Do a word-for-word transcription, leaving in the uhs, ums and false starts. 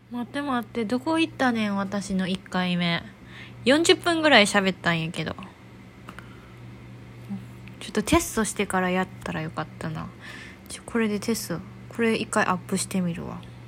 待って待って、どこ行ったねん私のいっかいめ。よんじゅっぷんぐらい喋ったんやけど、ちょっとテストしてからやったらよかったな。ちょこれでテスト、これ一回アップしてみるわ。